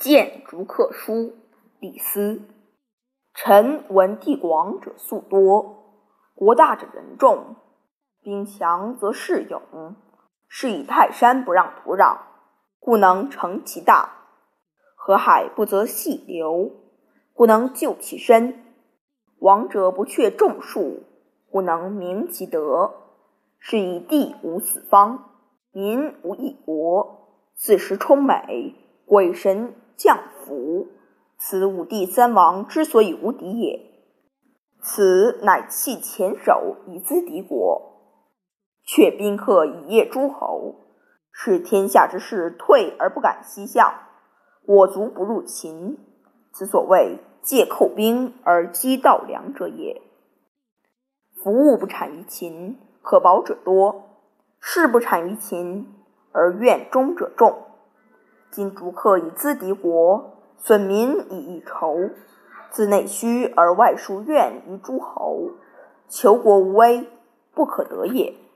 谏逐客书，李斯。臣闻地广者粟多，国大者人众，兵强则士勇，是以泰山不让土壤，故能成其大；河海不择细流，故能就其深。王者不却众数，故能明其德。是以地无四方，民无一国，四时充美，鬼神降福。此五帝三王之所以无敌也。此乃弃黔首以资敌国，却宾客以业诸侯，使天下之士退而不敢西向，我族不入秦。此所谓借寇兵而击盗粮者也。服务不产于秦，可保者多；士不产于秦，而愿忠者众。今逐客以资敌国，损民以益仇，自内虚而外树怨于诸侯，求国无危，不可得也。